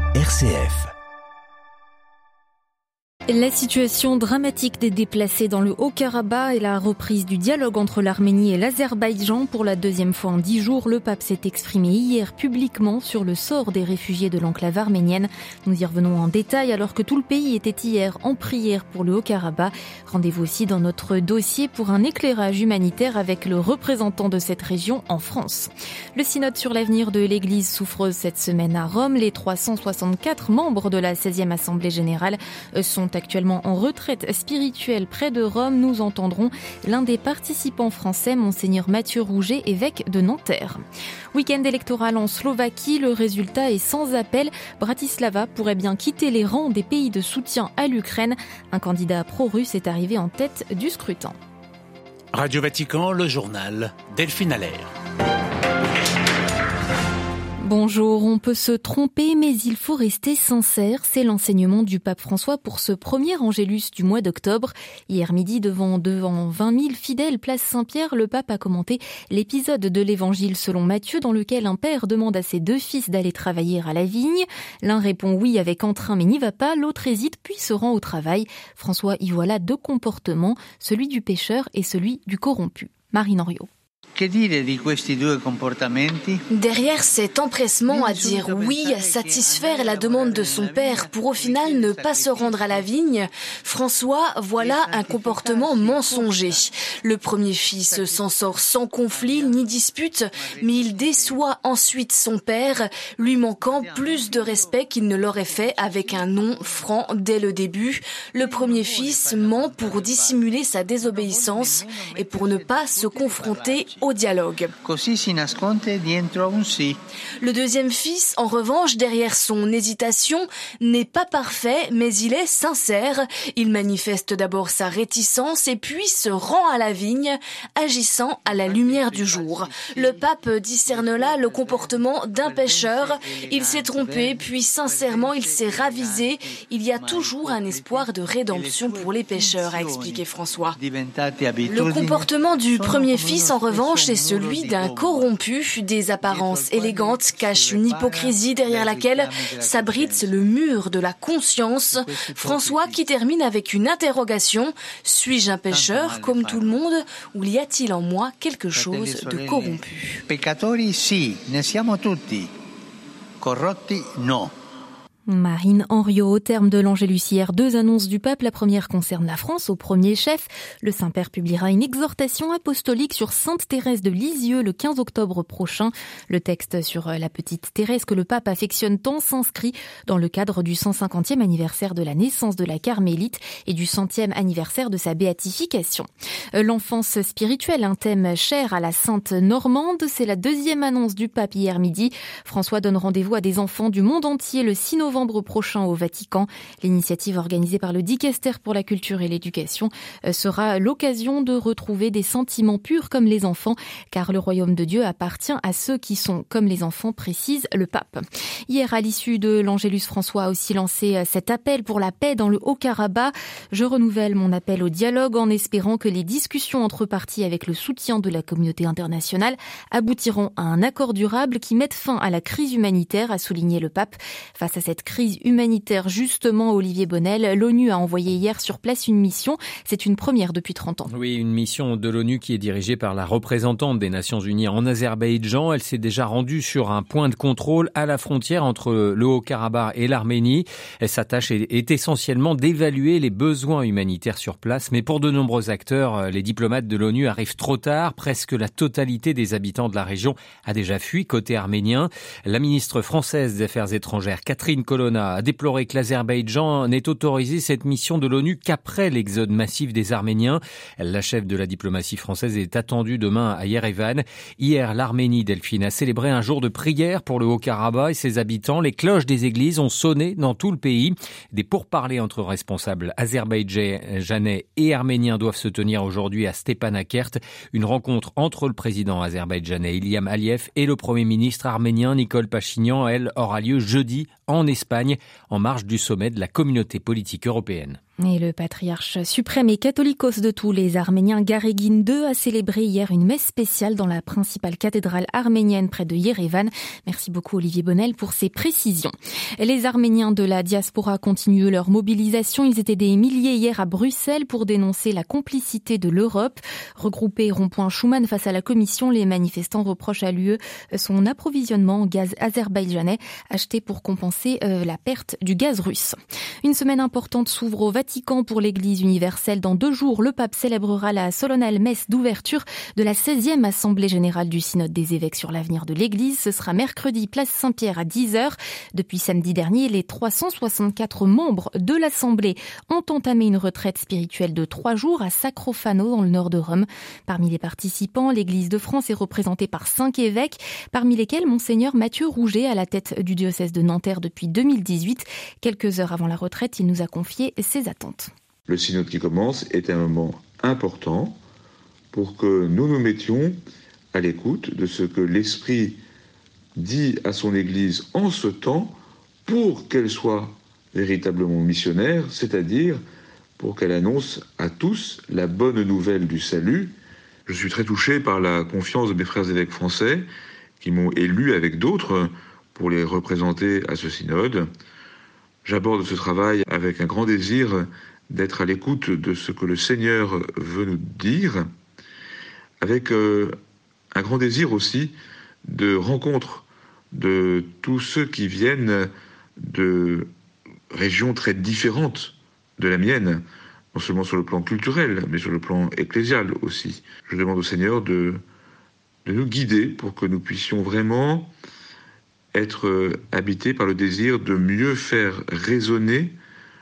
RCF. La situation dramatique des déplacés dans le Haut-Karabakh et la reprise du dialogue entre l'Arménie et l'Azerbaïdjan. Pour la deuxième fois en 10 jours, le pape s'est exprimé hier publiquement sur le sort des réfugiés de l'enclave arménienne. Nous y revenons en détail alors que tout le pays était hier en prière pour le Haut-Karabakh. Rendez-vous aussi dans notre dossier pour un éclairage humanitaire avec le représentant de cette région en France. Le synode sur l'avenir de l'Église souffre cette semaine à Rome. Les 364 membres de la 16e Assemblée générale sont actuellement en retraite spirituelle près de Rome. Nous entendrons l'un des participants français, Monseigneur Mathieu Rouget, évêque de Nanterre. Week-end électoral en Slovaquie, le résultat est sans appel. Bratislava pourrait bien quitter les rangs des pays de soutien à l'Ukraine. Un candidat pro-russe est arrivé en tête du scrutin. Radio Vatican, le journal, Delphine Allaire. Bonjour, on peut se tromper, mais il faut rester sincère. C'est l'enseignement du pape François pour ce premier Angélus du mois d'octobre. Hier midi, devant 20 000 fidèles, place Saint-Pierre, le pape a commenté l'épisode de l'évangile selon Matthieu, dans lequel un père demande à ses 2 fils d'aller travailler à la vigne. L'un répond oui avec entrain mais n'y va pas, l'autre hésite puis se rend au travail. François y voit là 2 comportements, celui du pécheur et celui du corrompu. Marine Henriot. Derrière cet empressement à dire oui, à satisfaire la demande de son père pour au final ne pas se rendre à la vigne, François voit là un comportement mensonger. Le premier fils s'en sort sans conflit ni dispute, mais il déçoit ensuite son père, lui manquant plus de respect qu'il ne l'aurait fait avec un non franc dès le début. Le premier fils ment pour dissimuler sa désobéissance et pour ne pas se confronter au dialogue. Le deuxième fils, en revanche, derrière son hésitation, n'est pas parfait, mais il est sincère. Il manifeste d'abord sa réticence et puis se rend à la vigne, agissant à la lumière du jour. Le pape discerne là le comportement d'un pécheur. Il s'est trompé, puis sincèrement il s'est ravisé. Il y a toujours un espoir de rédemption pour les pécheurs, a expliqué François. Le comportement du premier fils, en revanche, c'est celui d'un corrompu. Des apparences élégantes cachent une hypocrisie derrière laquelle s'abrite le mur de la conscience. François qui termine avec une interrogation. Suis-je un pécheur comme tout le monde ou y a-t-il en moi quelque chose de corrompu? Peccatori sì, ne siamo tutti. Corrotti no. Marine Henriot, au terme de l'Angélus hier, 2 annonces du pape. La première concerne la France au premier chef. Le Saint-Père publiera une exhortation apostolique sur Sainte Thérèse de Lisieux le 15 octobre prochain. Le texte sur la petite Thérèse que le pape affectionne tant s'inscrit dans le cadre du 150e anniversaire de la naissance de la Carmélite et du 100e anniversaire de sa béatification. L'enfance spirituelle, un thème cher à la Sainte Normande, c'est la 2e annonce du pape hier midi. François donne rendez-vous à des enfants du monde entier le 6 novembre prochain au Vatican. L'initiative organisée par le Dicaster pour la culture et l'éducation sera l'occasion de retrouver des sentiments purs comme les enfants, car le royaume de Dieu appartient à ceux qui sont comme les enfants, précise le pape. Hier, à l'issue de l'Angélus, François a aussi lancé cet appel pour la paix dans le Haut-Karabakh. Je renouvelle mon appel au dialogue en espérant que les discussions entre parties avec le soutien de la communauté internationale aboutiront à un accord durable qui mette fin à la crise humanitaire, a souligné le pape. Face à cette crise humanitaire, justement, Olivier Bonnel, l'ONU a envoyé hier sur place une mission. C'est une première depuis 30 ans. Oui, une mission de l'ONU qui est dirigée par la représentante des Nations Unies en Azerbaïdjan. Elle s'est déjà rendue sur un point de contrôle à la frontière entre le Haut-Karabakh et l'Arménie. Sa tâche est essentiellement d'évaluer les besoins humanitaires sur place. Mais pour de nombreux acteurs, les diplomates de l'ONU arrivent trop tard. Presque la totalité des habitants de la région a déjà fui côté arménien. La ministre française des Affaires étrangères, Catherine Colonna, a déploré que l'Azerbaïdjan n'ait autorisé cette mission de l'ONU qu'après l'exode massif des Arméniens. La chef de la diplomatie française est attendue demain à Yerevan. Hier, l'Arménie, Delphine, a célébré un jour de prière pour le Haut-Karabakh et ses habitants. Les cloches des églises ont sonné dans tout le pays. Des pourparlers entre responsables azerbaïdjanais et arméniens doivent se tenir aujourd'hui à Stepanakert. Une rencontre entre le président azerbaïdjanais Ilham Aliyev et le premier ministre arménien Nikol Pachinian, elle, aura lieu jeudi en Espagne, en marge du sommet de la communauté politique européenne. Et le patriarche suprême et catholicos de tous les Arméniens, Garegin II, a célébré hier une messe spéciale dans la principale cathédrale arménienne près de Yerevan. Merci beaucoup Olivier Bonnel pour ces précisions. Les Arméniens de la diaspora continuent leur mobilisation. Ils étaient des milliers hier à Bruxelles pour dénoncer la complicité de l'Europe. Regroupés rond-point Schuman face à la Commission, les manifestants reprochent à l'UE son approvisionnement en gaz azerbaïdjanais acheté pour compenser la perte du gaz russe. Une semaine importante s'ouvre au Vatican pour l'Église universelle. Dans 2 jours, le pape célébrera la solennelle messe d'ouverture de la 16e Assemblée générale du Synode des évêques sur l'avenir de l'Église. Ce sera mercredi, place Saint-Pierre à 10h. Depuis samedi dernier, les 364 membres de l'Assemblée ont entamé une retraite spirituelle de 3 jours à Sacrofano dans le nord de Rome. Parmi les participants, l'Église de France est représentée par 5 évêques, parmi lesquels Monseigneur Mathieu Rouget à la tête du diocèse de Nanterre depuis 2018. Quelques heures avant la retraite, il nous a confié ses attentes. Le synode qui commence est un moment important pour que nous nous mettions à l'écoute de ce que l'Esprit dit à son Église en ce temps pour qu'elle soit véritablement missionnaire, c'est-à-dire pour qu'elle annonce à tous la bonne nouvelle du salut. Je suis très touché par la confiance de mes frères évêques français qui m'ont élu avec d'autres pour les représenter à ce synode. J'aborde ce travail avec un grand désir d'être à l'écoute de ce que le Seigneur veut nous dire, avec un grand désir aussi de rencontre de tous ceux qui viennent de régions très différentes de la mienne, non seulement sur le plan culturel, mais sur le plan ecclésial aussi. Je demande au Seigneur de nous guider pour que nous puissions vraiment être habités par le désir de mieux faire résonner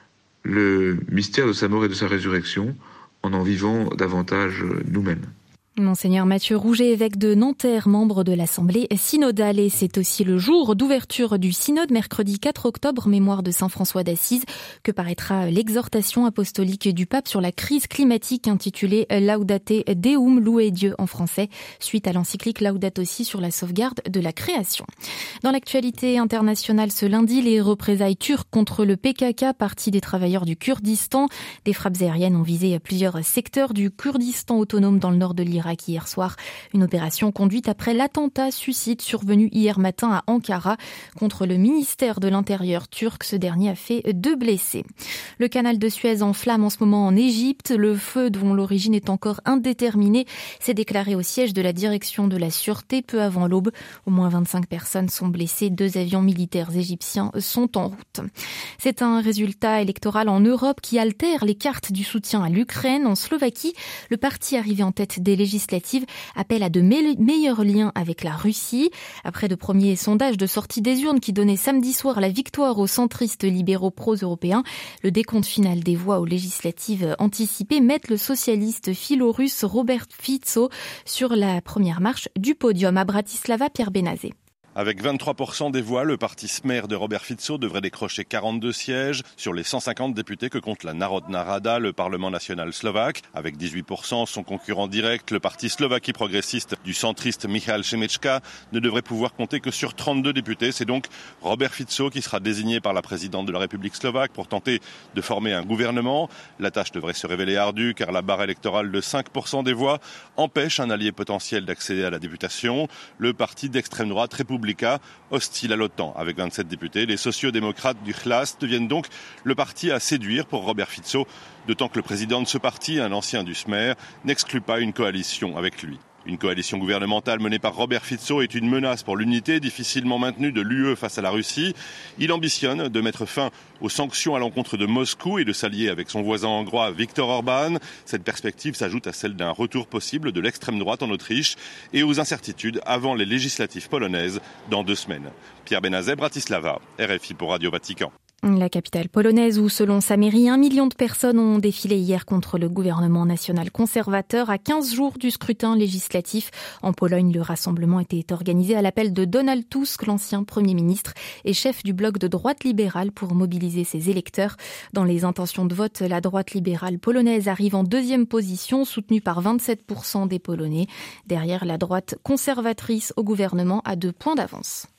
le mystère de sa mort et de sa résurrection en vivant davantage nous-mêmes. Monseigneur Mathieu Rouget, évêque de Nanterre, membre de l'Assemblée synodale. Et c'est aussi le jour d'ouverture du synode, mercredi 4 octobre, mémoire de Saint François d'Assise, que paraîtra l'exhortation apostolique du pape sur la crise climatique intitulée Laudate Deum, louer Dieu en français, suite à l'encyclique Laudato Si sur la sauvegarde de la création. Dans l'actualité internationale ce lundi, les représailles turques contre le PKK, parti des travailleurs du Kurdistan. Des frappes aériennes ont visé plusieurs secteurs du Kurdistan autonome dans le nord de l'Irak hier soir. Une opération conduite après l'attentat suicide survenu hier matin à Ankara contre le ministère de l'Intérieur turc. Ce dernier a fait 2 blessés. Le canal de Suez en flammes en ce moment en Égypte. Le feu, dont l'origine est encore indéterminée, s'est déclaré au siège de la direction de la sûreté peu avant l'aube. Au moins 25 personnes sont blessées. 2 avions militaires égyptiens sont en route. C'est un résultat électoral en Europe qui altère les cartes du soutien à l'Ukraine. En Slovaquie, le parti arrivé en tête des législatives appelle à de meilleurs liens avec la Russie. Après de premiers sondages de sortie des urnes qui donnaient samedi soir la victoire aux centristes libéraux pro-européens, le décompte final des voix aux législatives anticipées met le socialiste philo-russe Robert Fico sur la première marche du podium. À Bratislava, Pierre Benazé. Avec 23% des voix, le parti Smer de Robert Fico devrait décrocher 42 sièges sur les 150 députés que compte la Národná rada, le Parlement national slovaque. Avec 18%, son concurrent direct, le parti Slovaquie progressiste du centriste Michal Šimečka, ne devrait pouvoir compter que sur 32 députés. C'est donc Robert Fico qui sera désigné par la présidente de la République slovaque pour tenter de former un gouvernement. La tâche devrait se révéler ardue car la barre électorale de 5% des voix empêche un allié potentiel d'accéder à la députation. Le parti d'extrême droite républicain hostile à l'OTAN avec 27 députés. Les sociodémocrates du Hlas deviennent donc le parti à séduire pour Robert Fico, d'autant que le président de ce parti, un ancien du Smer, n'exclut pas une coalition avec lui. Une coalition gouvernementale menée par Robert Fico est une menace pour l'unité difficilement maintenue de l'UE face à la Russie. Il ambitionne de mettre fin aux sanctions à l'encontre de Moscou et de s'allier avec son voisin hongrois Viktor Orban. Cette perspective s'ajoute à celle d'un retour possible de l'extrême droite en Autriche et aux incertitudes avant les législatives polonaises dans 2 semaines. Pierre Benazet, Bratislava, RFI pour Radio Vatican. La capitale polonaise où, selon sa mairie, 1 million de personnes ont défilé hier contre le gouvernement national conservateur à 15 jours du scrutin législatif. En Pologne, le rassemblement était organisé à l'appel de Donald Tusk, l'ancien Premier ministre et chef du bloc de droite libérale, pour mobiliser ses électeurs. Dans les intentions de vote, la droite libérale polonaise arrive en 2e position, soutenue par 27% des Polonais. Derrière, la droite conservatrice au gouvernement a 2 points d'avance.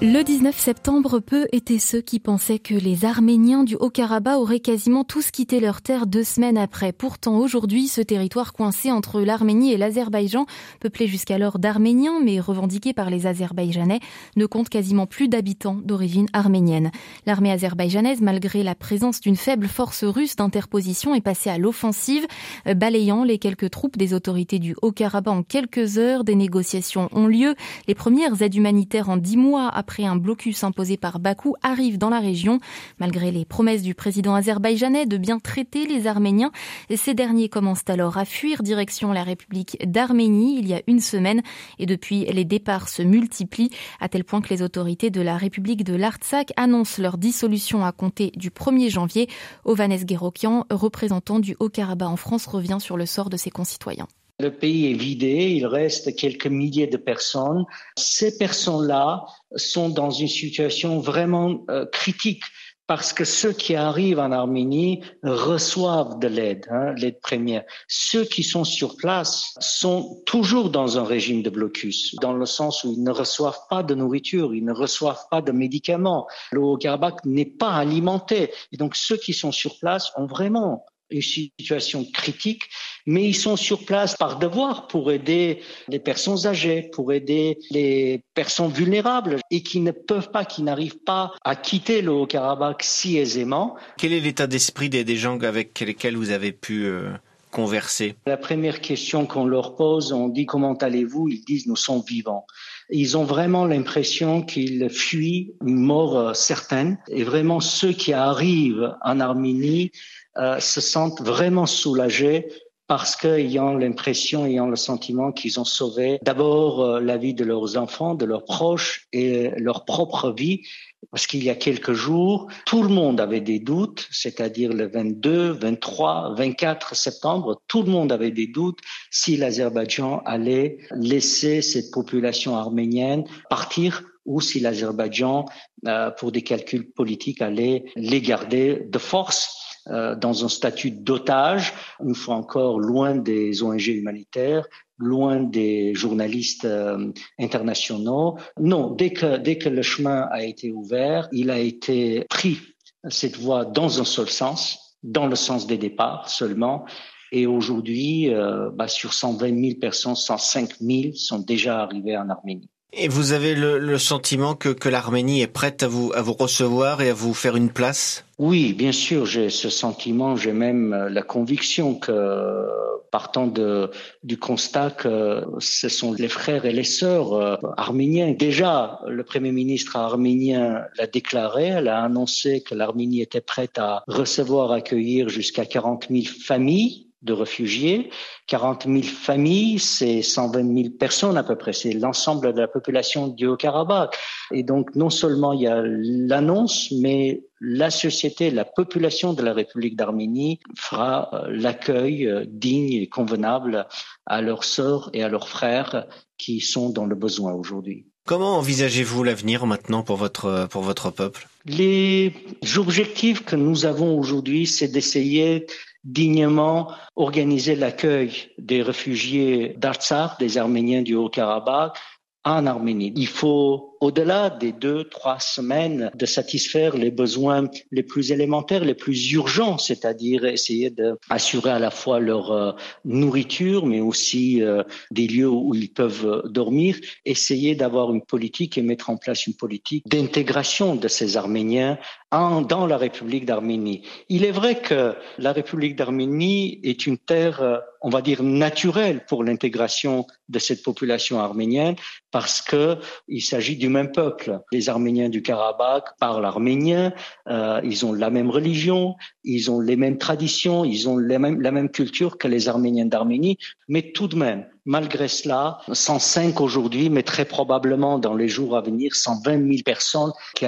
Le 19 septembre, peu étaient ceux qui pensaient que les Arméniens du Haut-Karabakh auraient quasiment tous quitté leur terre 2 semaines après. Pourtant, aujourd'hui, ce territoire coincé entre l'Arménie et l'Azerbaïdjan, peuplé jusqu'alors d'Arméniens, mais revendiqué par les Azerbaïdjanais, ne compte quasiment plus d'habitants d'origine arménienne. L'armée azerbaïdjanaise, malgré la présence d'une faible force russe d'interposition, est passée à l'offensive, balayant les quelques troupes des autorités du Haut-Karabakh en quelques heures. Des négociations ont lieu. Les premières aides humanitaires en 10 mois après un blocus imposé par Bakou arrive dans la région. Malgré les promesses du président azerbaïdjanais de bien traiter les Arméniens, ces derniers commencent alors à fuir direction la République d'Arménie il y a 1 semaine et depuis les départs se multiplient à tel point que les autorités de la République de l'Artsakh annoncent leur dissolution à compter du 1er janvier. Ovanes Guerokian, représentant du Haut-Karabakh en France, revient sur le sort de ses concitoyens. Le pays est vidé, il reste quelques milliers de personnes. Ces personnes-là sont dans une situation vraiment critique parce que ceux qui arrivent en Arménie reçoivent de l'aide, l'aide première. Ceux qui sont sur place sont toujours dans un régime de blocus, dans le sens où ils ne reçoivent pas de nourriture, ils ne reçoivent pas de médicaments. Le Haut-Karabakh n'est pas alimenté. Et donc ceux qui sont sur place ont vraiment une situation critique, mais ils sont sur place par devoir pour aider les personnes âgées, pour aider les personnes vulnérables et qui ne peuvent pas, qui n'arrivent pas à quitter le Haut-Karabakh si aisément. Quel est l'état d'esprit des gens avec lesquels vous avez pu converser? La première question qu'on leur pose, on dit « Comment allez-vous ?» Ils disent « Nous sommes vivants ». Ils ont vraiment l'impression qu'ils fuient une mort certaine. Et vraiment, ceux qui arrivent en Arménie se sentent vraiment soulagés parce qu'ayant l'impression, ayant le sentiment qu'ils ont sauvé d'abord la vie de leurs enfants, de leurs proches et leur propre vie. Parce qu'il y a quelques jours, tout le monde avait des doutes, c'est-à-dire le 22, 23, 24 septembre, tout le monde avait des doutes si l'Azerbaïdjan allait laisser cette population arménienne partir ou si l'Azerbaïdjan, pour des calculs politiques, allait les garder de force dans un statut d'otage, une fois encore loin des ONG humanitaires, loin des journalistes internationaux. Non, dès que le chemin a été ouvert, il a été pris cette voie dans un seul sens, dans le sens des départs seulement. Et aujourd'hui, sur 120 000 personnes, 105 000 sont déjà arrivées en Arménie. Et vous avez le sentiment que l'Arménie est prête à vous recevoir et à vous faire une place? Oui, bien sûr, j'ai ce sentiment, j'ai même la conviction que, partant du constat que ce sont les frères et les sœurs arméniens. Déjà, le Premier ministre arménien l'a déclaré, elle a annoncé que l'Arménie était prête à recevoir, accueillir jusqu'à 40 000 familles de réfugiés. 40 000 familles, c'est 120 000 personnes à peu près, c'est l'ensemble de la population du Haut-Karabakh. Et donc, non seulement il y a l'annonce, mais la société, la population de la République d'Arménie fera l'accueil digne et convenable à leurs sœurs et à leurs frères qui sont dans le besoin aujourd'hui. Comment envisagez-vous l'avenir maintenant pour votre peuple? Les objectifs que nous avons aujourd'hui, c'est d'essayer dignement organiser l'accueil des réfugiés d'Artsakh, des Arméniens du Haut-Karabakh, en Arménie. Il faut, au-delà des 2-3 semaines, de satisfaire les besoins les plus élémentaires, les plus urgents, c'est-à-dire essayer d'assurer à la fois leur nourriture, mais aussi des lieux où ils peuvent dormir, essayer d'avoir une politique et mettre en place une politique d'intégration de ces Arméniens dans la République d'Arménie. Il est vrai que la République d'Arménie est une terre, on va dire, naturelle pour l'intégration de cette population arménienne parce que il s'agit du même peuple. Les Arméniens du Karabakh parlent arménien, ils ont la même religion, ils ont les mêmes traditions, ils ont la même culture que les Arméniens d'Arménie, mais tout de même, malgré cela, 105 aujourd'hui, mais très probablement dans les jours à venir, 120 000 personnes qui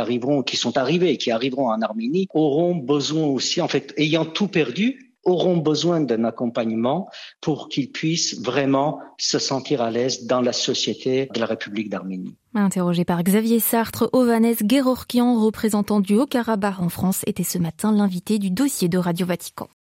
arriveront en Arménie, auront besoin aussi, en fait, ayant tout perdu, auront besoin d'un accompagnement pour qu'ils puissent vraiment se sentir à l'aise dans la société de la République d'Arménie. Interrogé par Xavier Sartre, Ovanes Guerokian, représentant du Haut-Karabakh en France, était ce matin l'invité du dossier de Radio Vatican.